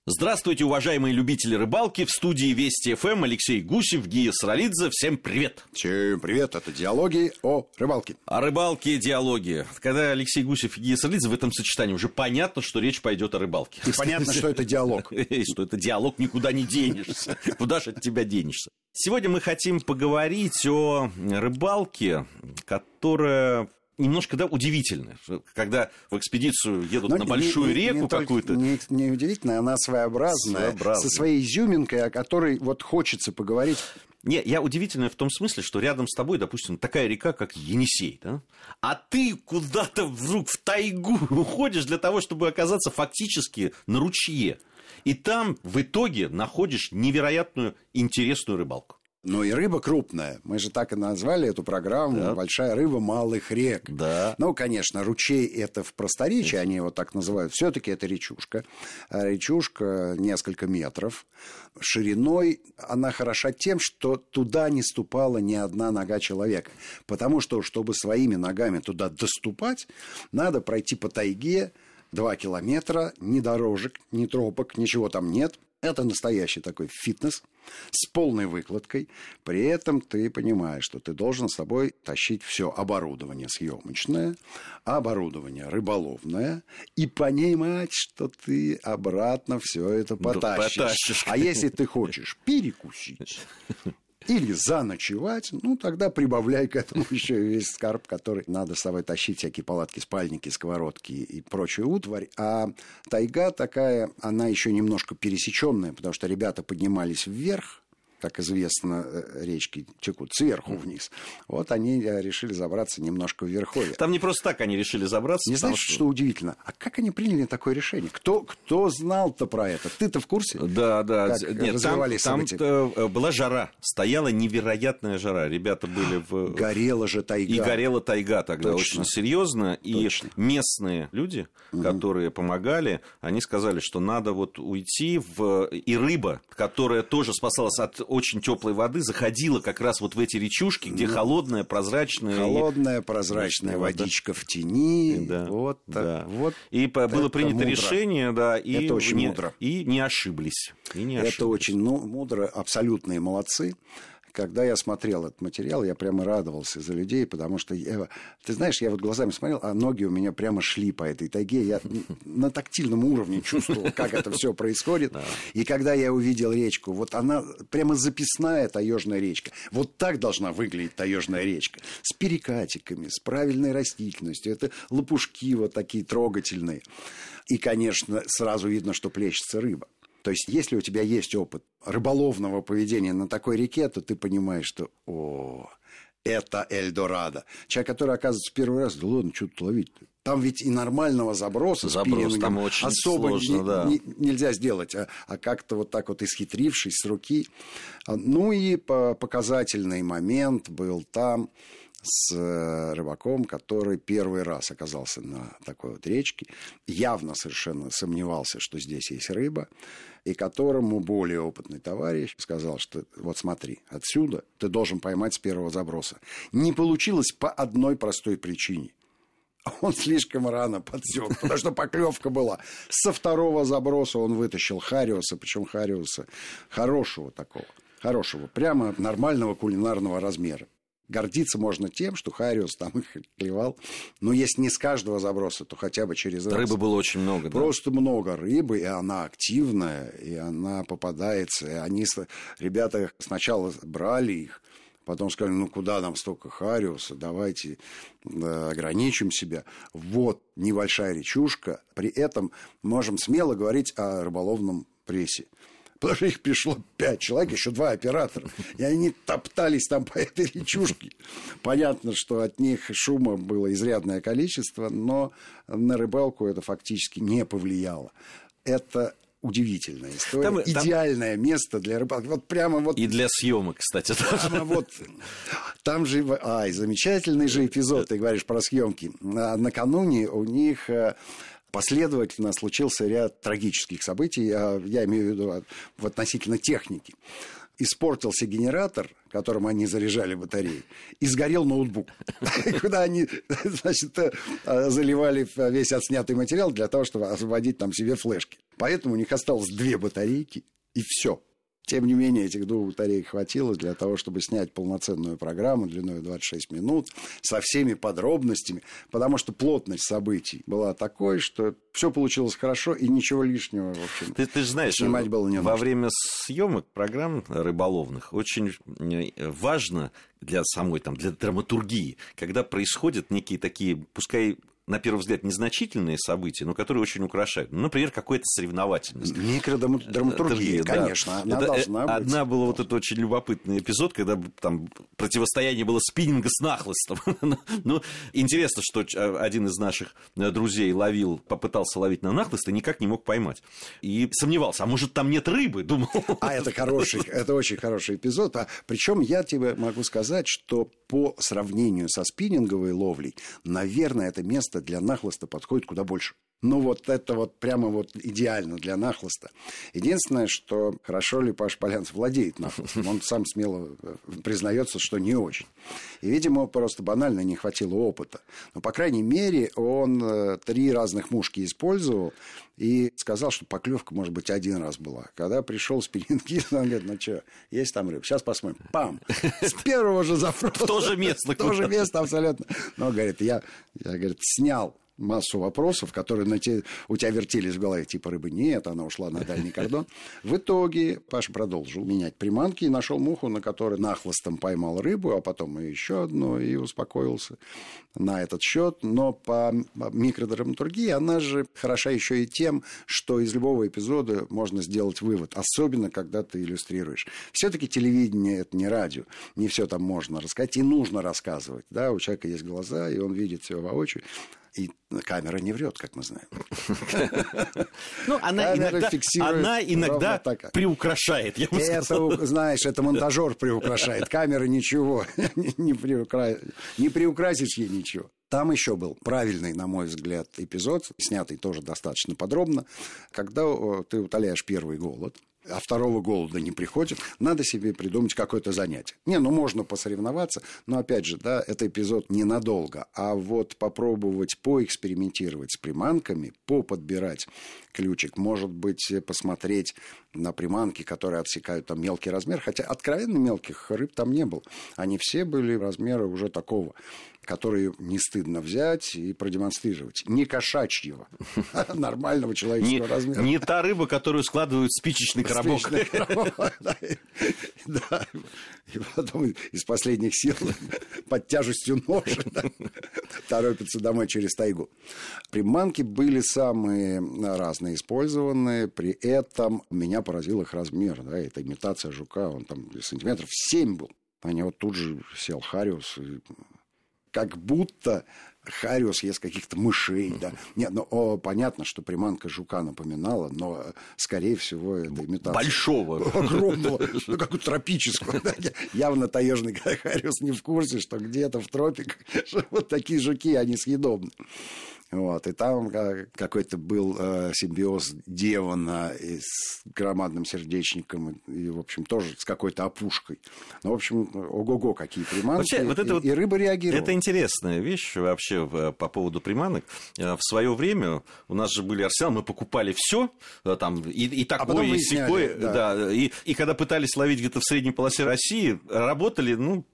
Здравствуйте, уважаемые любители рыбалки. В студии Вести ФМ Алексей Гусев, Гия Саралидзе. Всем привет. Всем привет. Это диалоги о рыбалке. О рыбалке и диалоги. Когда Алексей Гусев и Гия Саралидзе в этом сочетании, уже понятно, что речь пойдет о рыбалке. И понятно, что это диалог. Что это диалог, никуда не денешься. Куда же от тебя денешься? Сегодня мы хотим поговорить о рыбалке, которая... Немножко, удивительно, когда в экспедицию едут на большую реку какую-то. Не удивительно, она своеобразная, со своей изюминкой, о которой вот хочется поговорить. Не, я удивительная в том смысле, что рядом с тобой, допустим, такая река, как Енисей, да? А ты куда-то вдруг в тайгу уходишь для того, чтобы оказаться фактически на ручье. И там в итоге находишь невероятную интересную рыбалку. Ну и рыба крупная. Мы же так и назвали эту программу, да. «Большая рыба малых рек». Да. Ну, конечно, ручей это в просторечии, они его так называют. Все-таки это речушка. Речушка несколько метров. Шириной она хороша тем, что туда не ступала ни одна нога человека. Потому что, чтобы своими ногами туда доступать, надо пройти по тайге 2 километра, ни дорожек, ни тропок, ничего там нет. Это настоящий такой фитнес с полной выкладкой. При этом ты понимаешь, что ты должен с собой тащить все оборудование съемочное, оборудование рыболовное и понимать, что ты обратно все это потащишь. А если ты хочешь перекусить или заночевать, ну, тогда прибавляй к этому еще и весь скарб, который надо с собой тащить, всякие палатки, спальники, сковородки и прочую утварь. А тайга такая, она еще немножко пересеченная, потому что ребята поднимались вверх, как известно, речки текут сверху вниз. Вот они решили забраться немножко в верховье. Там не просто так они решили забраться. Не знаешь, что удивительно? А как они приняли такое решение? Кто знал-то про это? Ты-то в курсе? Да. Как развивались события? Там была жара. Стояла невероятная жара. Ребята были в... Горела же тайга. И горела тайга тогда. Точно. Очень серьезно. Точно. И местные люди, которые помогали, они сказали, что надо вот уйти И рыба, которая тоже спасалась от очень теплой воды, заходила как раз вот в эти речушки, где холодная, прозрачная. Холодная, прозрачная водичка в тени. Да. Вот так. Да. Вот. И было принято решение, и это очень мудро. И не ошиблись. Это очень мудро, абсолютные молодцы. Когда я смотрел этот материал, я прямо радовался за людей, потому что, ты знаешь, я вот глазами смотрел, а ноги у меня прямо шли по этой тайге. Я на тактильном уровне чувствовал, как это все происходит. И когда я увидел речку, вот она прямо записная таежная речка. Вот так должна выглядеть таежная речка. С перекатиками, с правильной растительностью. Это лопушки вот такие трогательные. И, конечно, сразу видно, что плещется рыба. То есть, если у тебя есть опыт рыболовного поведения на такой реке, то ты понимаешь, что это Эльдорадо. Человек, который оказывается в первый раз, да ладно, что тут ловить-то? Там ведь и нормального заброса там очень особо сложно, нельзя сделать, а как-то вот так вот исхитрившись с руки. Ну и показательный момент был там с рыбаком, который первый раз оказался на такой вот речке, явно совершенно сомневался, что здесь есть рыба, и которому более опытный товарищ сказал, что вот смотри, отсюда ты должен поймать с первого заброса. Не получилось по одной простой причине. Он слишком рано подсек, потому что поклевка была. Со второго заброса он вытащил хариуса, причем хариуса хорошего такого, прямо нормального кулинарного размера. Гордиться можно тем, что хариус там их клевал. Но если не с каждого заброса, то хотя бы через раз. Рыбы было очень много, да? Просто много рыбы, и она активная, и она попадается. И ребята сначала брали их, потом сказали, ну куда нам столько хариуса, давайте ограничим себя. Вот небольшая речушка. При этом можем смело говорить о рыболовном прессе. Потому что их пришло 5 человек, еще 2 оператора. И они топтались там по этой речушке. Понятно, что от них шума было изрядное количество, но на рыбалку это фактически не повлияло. Это удивительная история. Идеальное место для рыбалки. Вот прямо вот... И для съемок, кстати. Прямо вот... Там же... замечательный же эпизод, ты говоришь про съемки. Накануне у них... Последовательно случился ряд трагических событий, я имею в виду относительно техники. Испортился генератор, которым они заряжали батареи, и сгорел ноутбук, куда они, значит, заливали весь отснятый материал для того, чтобы освободить там себе флешки. Поэтому у них осталось 2 батарейки, и все. Тем не менее, этих 2 батареек хватило для того, чтобы снять полноценную программу длиной 26 минут со всеми подробностями, потому что плотность событий была такой, что все получилось хорошо, и ничего лишнего, в общем, ты же знаешь, снимать было не нужно. Во время съемок программ рыболовных очень важно для самой, там, для драматургии, когда происходят некие такие, пускай на первый взгляд, незначительные события, но которые очень украшают. Ну, например, какая-то соревновательность. Микродраматургия, конечно, она должна быть. Одна была вот этот очень любопытный эпизод, когда там противостояние было спиннинга с нахлыстом. Ну, интересно, что один из наших друзей попытался ловить на нахлыст и никак не мог поймать. И сомневался, а может, там нет рыбы? Думал. Это очень хороший эпизод. Причем я тебе могу сказать, что по сравнению со спиннинговой ловлей, наверное, это место для нахлыста подходит куда больше. Ну, вот это вот прямо вот идеально для нахлыста. Единственное, что хорошо ли Паша Полянцев владеет нахлыстом. Он сам смело признается, что не очень. И, видимо, просто банально не хватило опыта. Но, по крайней мере, он 3 разных мушки использовал и сказал, что поклевка, может быть, 1 раз была. Когда пришел спиннингист, он говорит, ну что, есть там рыба? Сейчас посмотрим. Пам! С первого же запроса. В то же место. В то же место абсолютно. Но, говорит, я снял массу вопросов, которые у тебя вертелись в голове, типа рыбы нет, она ушла на дальний кордон. В итоге Паша продолжил менять приманки и нашел муху, на которой нахлыстом поймал рыбу, а потом и еще одну, и успокоился на этот счет. Но по микродраматургии она же хороша еще и тем, что из любого эпизода можно сделать вывод, особенно когда ты иллюстрируешь. Все-таки телевидение – это не радио, не все там можно рассказать, и нужно рассказывать. Да? У человека есть глаза, и он видит все воочию. И камера не врет, как мы знаем. Ну, она иногда приукрашает. Это, знаешь, это монтажер приукрашает. Камера ничего. Не приукрасишь ей ничего. Там еще был правильный, на мой взгляд, эпизод, снятый тоже достаточно подробно, когда ты утоляешь первый голод, а второго голода не приходит, надо себе придумать какое-то занятие. Можно посоревноваться, но, опять же, да, это эпизод ненадолго. А вот попробовать поэкспериментировать с приманками, поподбирать ключик, может быть, посмотреть на приманки, которые отсекают там мелкий размер, хотя откровенно мелких рыб там не было. Они все были размера уже такого, которые не стыдно взять и продемонстрировать. Не кошачьего, а нормального человеческого размера. Не та рыба, которую складывают в спичечный коробок. Да. И потом из последних сил под тяжестью ножа торопятся домой через тайгу. Приманки были самые разные использованные. При этом меня поразил их размер. Да, это имитация жука. Он там сантиметров 7 был. А не вот тут же сел хариус и... Как будто хариус ест каких-то мышей. Да. Нет, понятно, что приманка жука напоминала, но, скорее всего, это имитация. Большого. Огромного, как тропического. Да. Явно таежный хариус не в курсе, что где-то в тропиках вот такие жуки, они съедобны. Вот, и там какой-то был симбиоз Девона с громадным сердечником и, в общем, тоже с какой-то опушкой. Ну, в общем, ого-го, какие приманки. Вообще, и рыба реагировала. Это интересная вещь вообще по поводу приманок. В свое время у нас же были арсеналы, мы покупали все там и такое, и сякое. Да. И когда пытались ловить где-то в средней полосе России, работали,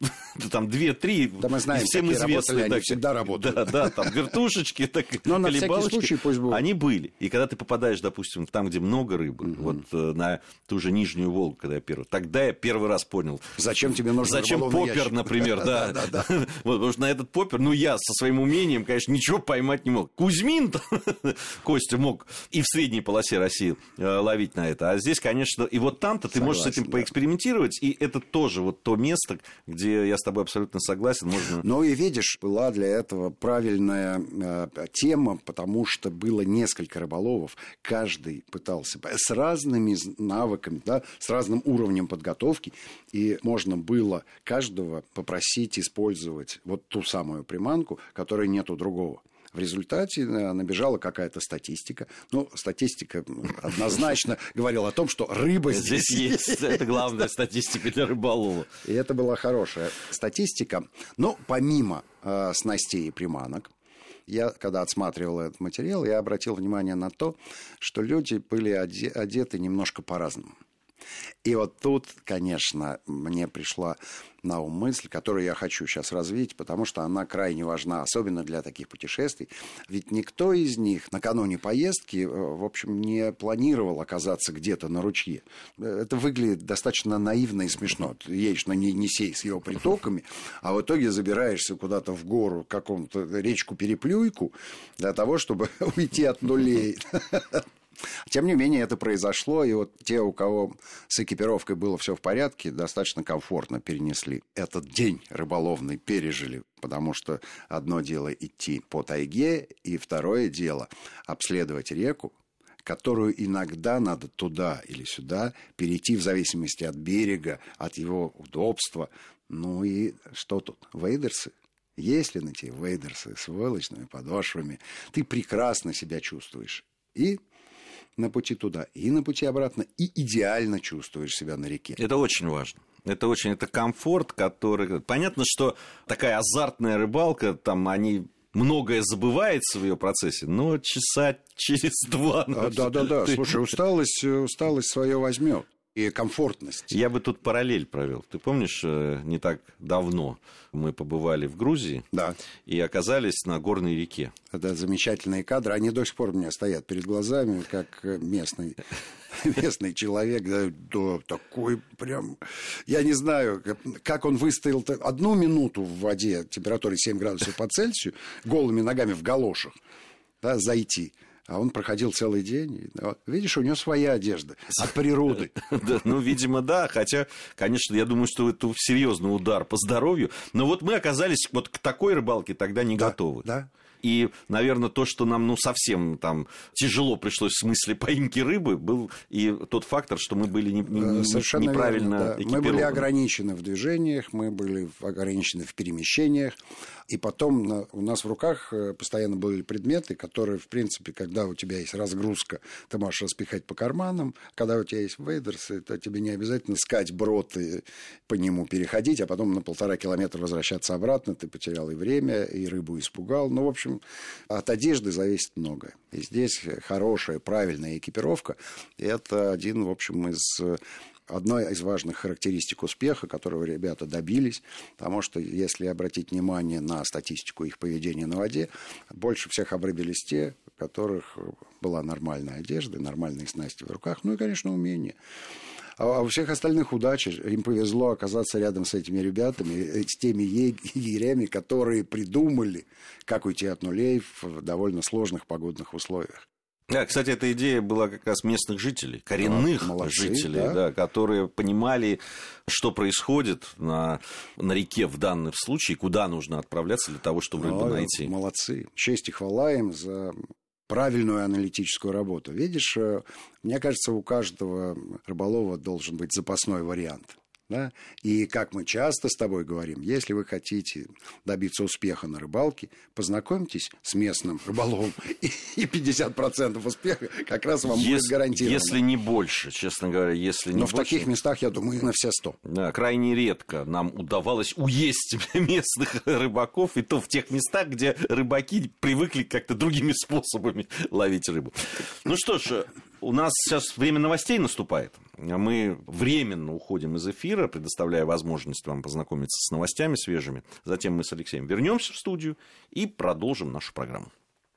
там 2-3. Да, мы знаем, всем известные. Они всегда работают. Да, там вертушечки, но на всякий случай пусть будет. Они были. И когда ты попадаешь, допустим, там, где много рыбы, вот на ту же Нижнюю Волгу, когда я тогда я первый раз понял. Зачем тебе нужен поппер, ящик? Например, да. Потому что на этот поппер, я со своим умением, конечно, ничего поймать не мог. Кузьмин, Костя, мог и в средней полосе России ловить на это. А здесь, конечно, и вот там-то ты можешь с этим поэкспериментировать, и это тоже вот то место, где я с тобой абсолютно согласен. Ну и видишь, была для этого правильная тема, потому что было несколько рыболовов, каждый пытался с разными навыками, да, с разным уровнем подготовки, и можно было каждого попросить использовать вот ту самую приманку, которой нет у другого. В результате набежала какая-то статистика. Статистика однозначно говорила о том, что рыба здесь есть. Это главная статистика для рыболова. И это была хорошая статистика. Но помимо снастей и приманок, Я, когда отсматривал этот материал, я обратил внимание на то, что люди были одеты немножко по-разному. И вот тут, конечно, мне пришла на ум мысль, которую я хочу сейчас развить, потому что она крайне важна, особенно для таких путешествий. Ведь никто из них накануне поездки, в общем, не планировал оказаться где-то на ручье. Это выглядит достаточно наивно и смешно. Ты едешь на Енисей с его притоками, а в итоге забираешься куда-то в гору, какому-то речку-переплюйку для того, чтобы уйти от нулей. Тем не менее, это произошло, и вот те, у кого с экипировкой было все в порядке, достаточно комфортно перенесли этот день рыболовный, пережили, потому что одно дело идти по тайге, и второе дело обследовать реку, которую иногда надо туда или сюда перейти в зависимости от берега, от его удобства. Ну и что тут? Вейдерсы. Если на тебе вейдерсы с войлочными подошвами, ты прекрасно себя чувствуешь. И на пути туда, и на пути обратно, и идеально чувствуешь себя на реке. Это очень важно. Это комфорт, который... Понятно, что такая азартная рыбалка, там они... Многое забывается в ее процессе, но часа через 2... Да. Слушай, усталость свое возьмет. И комфортность. Я бы тут параллель провел. Ты помнишь, не так давно мы побывали в Грузии, да, и оказались на горной реке. Это замечательные кадры. Они до сих пор у меня стоят перед глазами, как местный человек. Да, такой прям... Я не знаю, как он выстоял 1 минуту в воде температурой 7 градусов по Цельсию, голыми ногами в галошах, да, зайти. А он проходил целый день. Видишь, у него своя одежда от природы. Ну, видимо, да. Хотя, конечно, я думаю, что это серьезный удар по здоровью. Но вот мы оказались вот к такой рыбалке тогда не готовы. Да. И, наверное, то, что нам совсем там тяжело пришлось в смысле поимки рыбы, был и тот фактор, что мы были неправильно экипированы. Мы были ограничены в движениях, мы были ограничены в перемещениях. И потом у нас в руках постоянно были предметы, которые, в принципе, когда у тебя есть разгрузка, ты можешь распихать по карманам. Когда у тебя есть вейдерсы, то тебе не обязательно скать брод и по нему переходить, а потом на 1,5 километра возвращаться обратно. Ты потерял и время, и рыбу испугал. Ну, в общем, от одежды зависит многое. И здесь хорошая, правильная экипировка – это одной из важных характеристик успеха, которого ребята добились, потому что, если обратить внимание на статистику их поведения на воде, больше всех обрыбились те, у которых была нормальная одежда, нормальные снасти в руках, ну и, конечно, умение. А у всех остальных удачи. Им повезло оказаться рядом с этими ребятами, с теми егерями, которые придумали, как уйти от нулей в довольно сложных погодных условиях. Да, кстати, эта идея была как раз местных жителей, коренных жителей, да, которые понимали, что происходит на реке в данном случае, куда нужно отправляться для того, чтобы рыбу найти. Молодцы. Честь и хвала им за правильную аналитическую работу. Видишь, мне кажется, у каждого рыболова должен быть запасной вариант. Да? И, как мы часто с тобой говорим, если вы хотите добиться успеха на рыбалке, познакомьтесь с местным рыболовом, и 50% успеха как раз вам будет гарантировано. Если не больше, честно говоря, Но в таких местах, я думаю, на все 100. Да, крайне редко нам удавалось уесть местных рыбаков, и то в тех местах, где рыбаки привыкли как-то другими способами ловить рыбу. Ну что ж, у нас сейчас время новостей наступает. Мы временно уходим из эфира, предоставляя возможность вам познакомиться с новостями свежими. Затем мы с Алексеем вернемся в студию и продолжим нашу программу.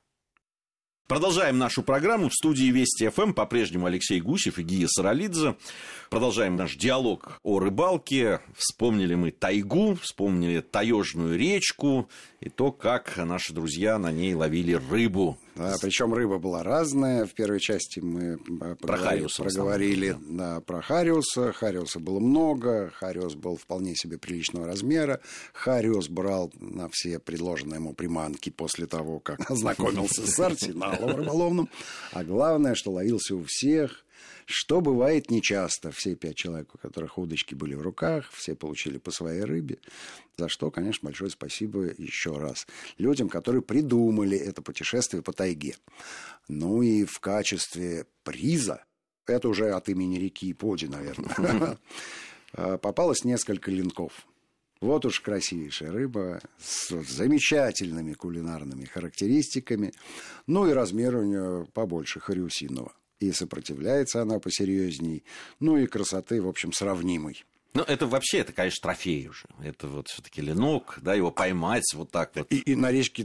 Продолжаем нашу программу. В студии Вести ФМ по-прежнему Алексей Гусев и Гия Саралидзе. Продолжаем наш диалог о рыбалке. Вспомнили мы тайгу, вспомнили таежную речку и то, как наши друзья на ней ловили рыбу. Да, причем рыба была разная. В первой части мы проговорили про хариуса. Хариуса было много. Хариус был вполне себе приличного размера. Хариус брал на все предложенные ему приманки после того, как ознакомился с арсеналом рыболовным. А главное, что ловился у всех. Что бывает нечасто. Все 5 человек, у которых удочки были в руках, все получили по своей рыбе. За что, конечно, большое спасибо еще раз людям, которые придумали это путешествие по тайге. Ну и в качестве приза, это уже от имени реки Поди, наверное, попалось несколько линков. Вот уж красивейшая рыба с замечательными кулинарными характеристиками. Ну и размер у нее побольше хариусиного. И сопротивляется она посерьезней. Ну и красоты, в общем, сравнимой. Ну, это вообще, это, конечно, трофей уже. Это вот все-таки ленок, да, его поймать вот так вот. И на речке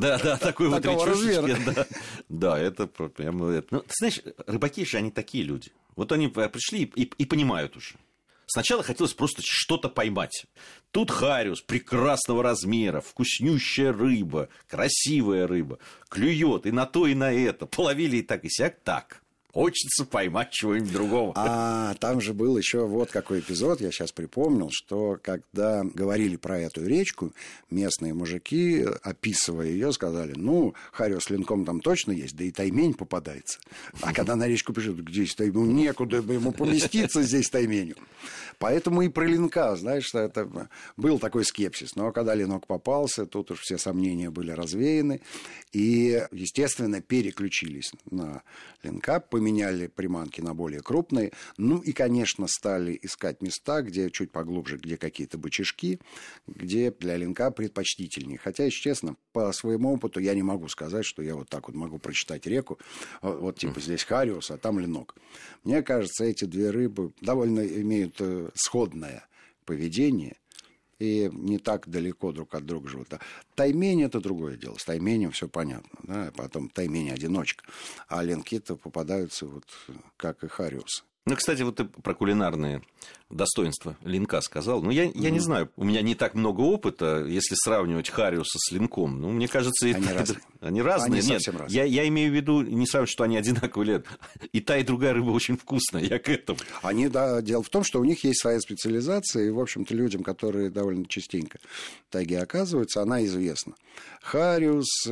такой вот речушечки. Да, это прямо... Ну, ты знаешь, рыбаки же, они такие люди. Вот они пришли и понимают уже. Сначала хотелось просто что-то поймать. Тут хариус прекрасного размера, вкуснющая рыба, красивая рыба. Клюет и на то, и на это. Половили и так, и сяк. Так. Хочется поймать чего-нибудь другого. А там же был еще вот какой эпизод, я сейчас припомнил, что когда говорили про эту речку, местные мужики, описывая ее, сказали, ну, хариус с ленком там точно есть, да и таймень попадается. А когда на речку пишут, где здесь таймень, некуда бы ему поместиться здесь тайменю. Поэтому и про ленка, знаешь, это был такой скепсис. Но когда ленок попался, тут уж все сомнения были развеяны. И, естественно, переключились на ленка, поменяли приманки на более крупные. Ну и, конечно, стали искать места, где чуть поглубже, где какие-то бычишки, где для ленка предпочтительнее. Хотя, если честно, по своему опыту я не могу сказать, что я вот так вот могу прочитать реку. Вот типа здесь хариус, а там ленок. Мне кажется, эти две рыбы довольно имеют сходное поведение и не так далеко друг от друга живут. Таймень – это другое дело. С тайменем все понятно. Да? Потом таймень – одиночка. А ленки-то попадаются вот как и хариусы. Ну, кстати, вот ты про кулинарные достоинства ленка сказал. Ну, я не знаю, у меня не так много опыта, если сравнивать хариуса с ленком. Ну, мне кажется, они разные. Они Нет, совсем разные. Я имею в виду не сравнивать, что они одинаковые. И та, и другая рыба очень вкусная, я к этому. Дело в том, что у них есть своя специализация, и, в общем-то, людям, которые довольно частенько в тайге оказываются, она известна. Хариус –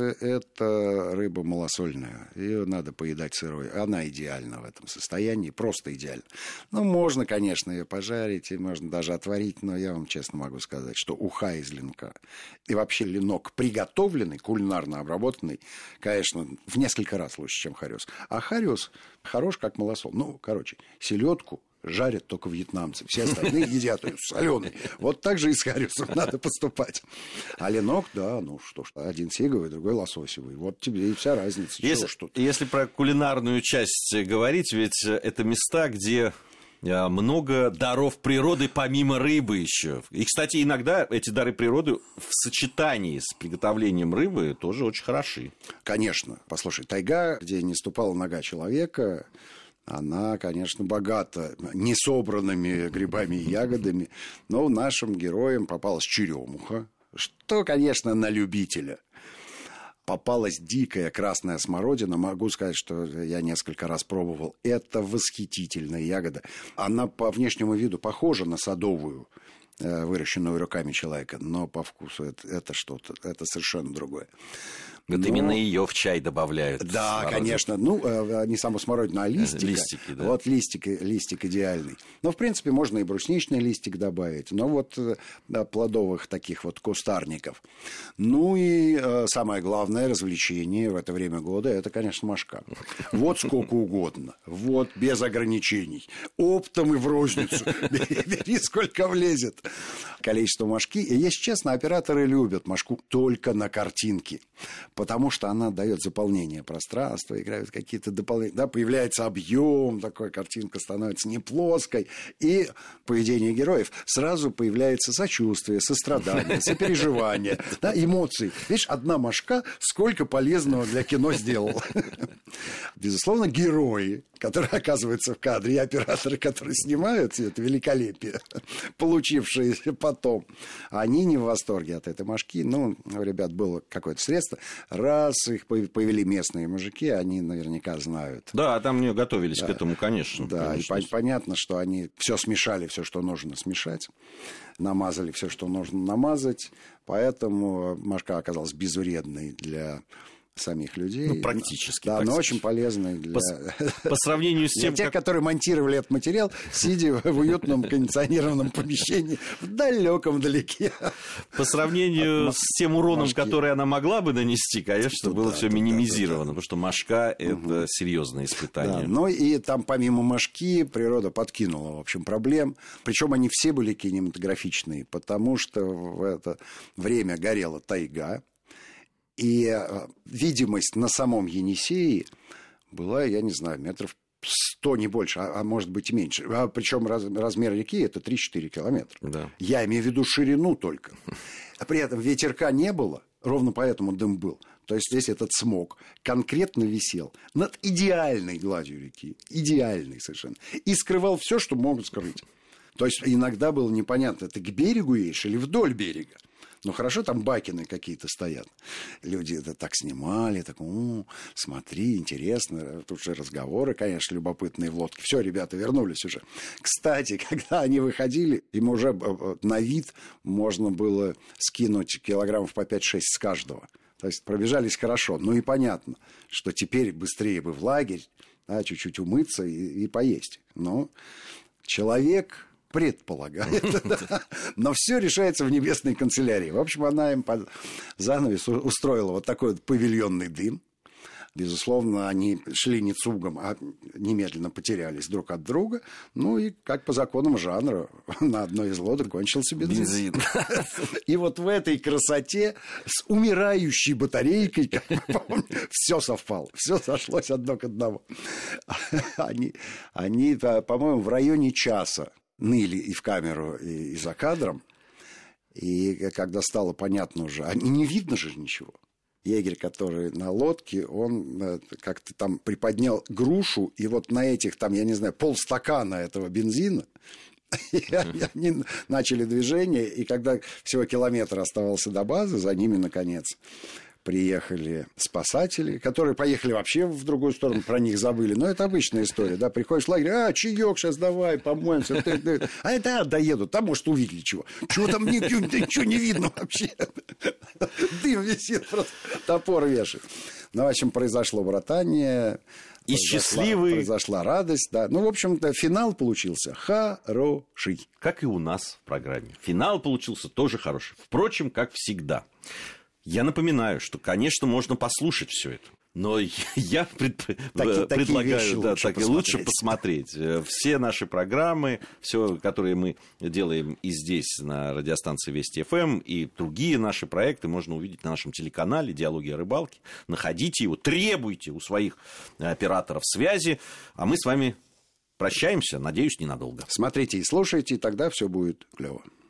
это рыба малосольная, ее надо поедать сырой. Она идеальна в этом состоянии, просто идеально. Ну, можно, конечно, ее пожарить, и можно даже отварить, но я вам честно могу сказать, что уха из ленка и вообще ленок приготовленный, кулинарно обработанный, конечно, в несколько раз лучше, чем хариус. А хариус хорош, как малосол. Ну, короче, селедку жарят только вьетнамцы. Все остальные едят ее соленой. Вот так же и с хариусом надо поступать. А ленок, да, ну что ж, один сиговый, другой лососевый. Вот тебе и вся разница. Если про кулинарную часть говорить, ведь это места, где много даров природы помимо рыбы еще. И, кстати, иногда эти дары природы в сочетании с приготовлением рыбы тоже очень хороши. Конечно. Послушай, тайга, где не ступала нога человека, она, конечно, богата несобранными грибами и ягодами, но нашим героям попалась черемуха, что, конечно, на любителя. Попалась дикая красная смородина. Могу сказать, что я несколько раз пробовал. Это восхитительная ягода. Она по внешнему виду похожа на садовую, выращенную руками человека, но по вкусу это что-то, это совершенно другое. Вот именно ее в чай добавляют. Да, смородину. Конечно. Ну, не саму смородину, а листик. Листики, да. Вот листик идеальный. Но, в принципе, можно и брусничный листик добавить. Но вот плодовых таких вот кустарников. Ну и самое главное развлечение в это время года – это, конечно, мошка. Вот сколько угодно. Вот без ограничений. Оптом и в розницу. Бери сколько влезет. Количество мошки. И, если честно, операторы любят мошку только на картинке. Потому что она дает заполнение пространства, играют какие-то дополнения, да, появляется объем, такой картинка становится не плоской, и поведение героев сразу появляется сочувствие, сострадание, сопереживание, да, эмоции. Видишь, одна мошка сколько полезного для кино сделала. Безусловно, герои, которые оказываются в кадре, и операторы, которые снимают все это великолепие, получившиеся потом, они не в восторге от этой мошки. Ну, у ребят было какое-то средство. Раз их повели местные мужики, они наверняка знают. Да, там не готовились к этому, конечно. Да, конечно. И понятно, что они все смешали, все, что нужно смешать, намазали все, что нужно намазать, поэтому мошка оказалась безвредной для самих людей. Ну, практически. Да, но очень полезный по сравнению с тем, для тех, которые монтировали этот материал, сидя в уютном кондиционированном помещении в далеком далеке. По сравнению с тем уроном, который она могла бы нанести, конечно, было все минимизировано, потому что мошка – это серьезное испытание. Да, ну и там помимо мошки природа подкинула, в общем, проблем. Причем они все были кинематографичные, потому что в это время горела тайга. И видимость на самом Енисее была, я не знаю, метров 100, не больше, а может быть и меньше. Причем размер реки – это 3-4 километра. Да. Я имею в виду ширину только. А при этом ветерка не было, ровно поэтому дым был. То есть здесь этот смог конкретно висел над идеальной гладью реки. Идеальной совершенно. И скрывал все, что могут скрыть. То есть иногда было непонятно, ты к берегу едешь или вдоль берега. Ну, хорошо, там бакины какие-то стоят. Люди это так снимали, так, смотри, интересно. Тут же разговоры, конечно, любопытные в лодке. Все, ребята вернулись уже. Кстати, когда они выходили, им уже на вид можно было скинуть килограммов по 5-6 с каждого. То есть пробежались хорошо. Ну и понятно, что теперь быстрее бы в лагерь, да, чуть-чуть умыться и поесть. Но человек... предполагает, но все решается в небесной канцелярии. В общем, она им под занавес устроила вот такой вот павильонный дым. Безусловно, они шли не цугом, а немедленно потерялись друг от друга. Ну и, как по законам жанра, на одной из лодок кончился бензин. И вот в этой красоте с умирающей батарейкой, как мы помним, все совпало, все сошлось одно к одному. Они, по-моему, в районе часа ныли и в камеру, и за кадром. И когда стало понятно уже, не видно же ничего. Егерь, который на лодке, он как-то там приподнял грушу, и вот на этих, там, я не знаю, полстакана этого бензина, и они начали движение, и когда всего километр оставался до базы, за ними, наконец, приехали спасатели, которые поехали вообще в другую сторону, про них забыли. Но это обычная история, да, приходишь в лагерь, чаек сейчас давай, помоемся. А это доедут, там, может, увидели чего. Чего там, ничего не видно вообще. Дым висит, просто топор вешает. Ну, в общем, произошло братание. И счастливый. Произошла радость, да. Ну, в общем-то, финал получился хороший. Как и у нас в программе. Финал получился тоже хороший. Впрочем, как всегда. Я напоминаю, что, конечно, можно послушать все это, но я предлагаю лучше посмотреть. Все наши программы, все, которые мы делаем и здесь, на радиостанции Вести ФМ, и другие наши проекты можно увидеть на нашем телеканале «Диалоги о рыбалке». Находите его, требуйте у своих операторов связи, а мы с вами прощаемся, надеюсь, ненадолго. Смотрите и слушайте, и тогда все будет клево.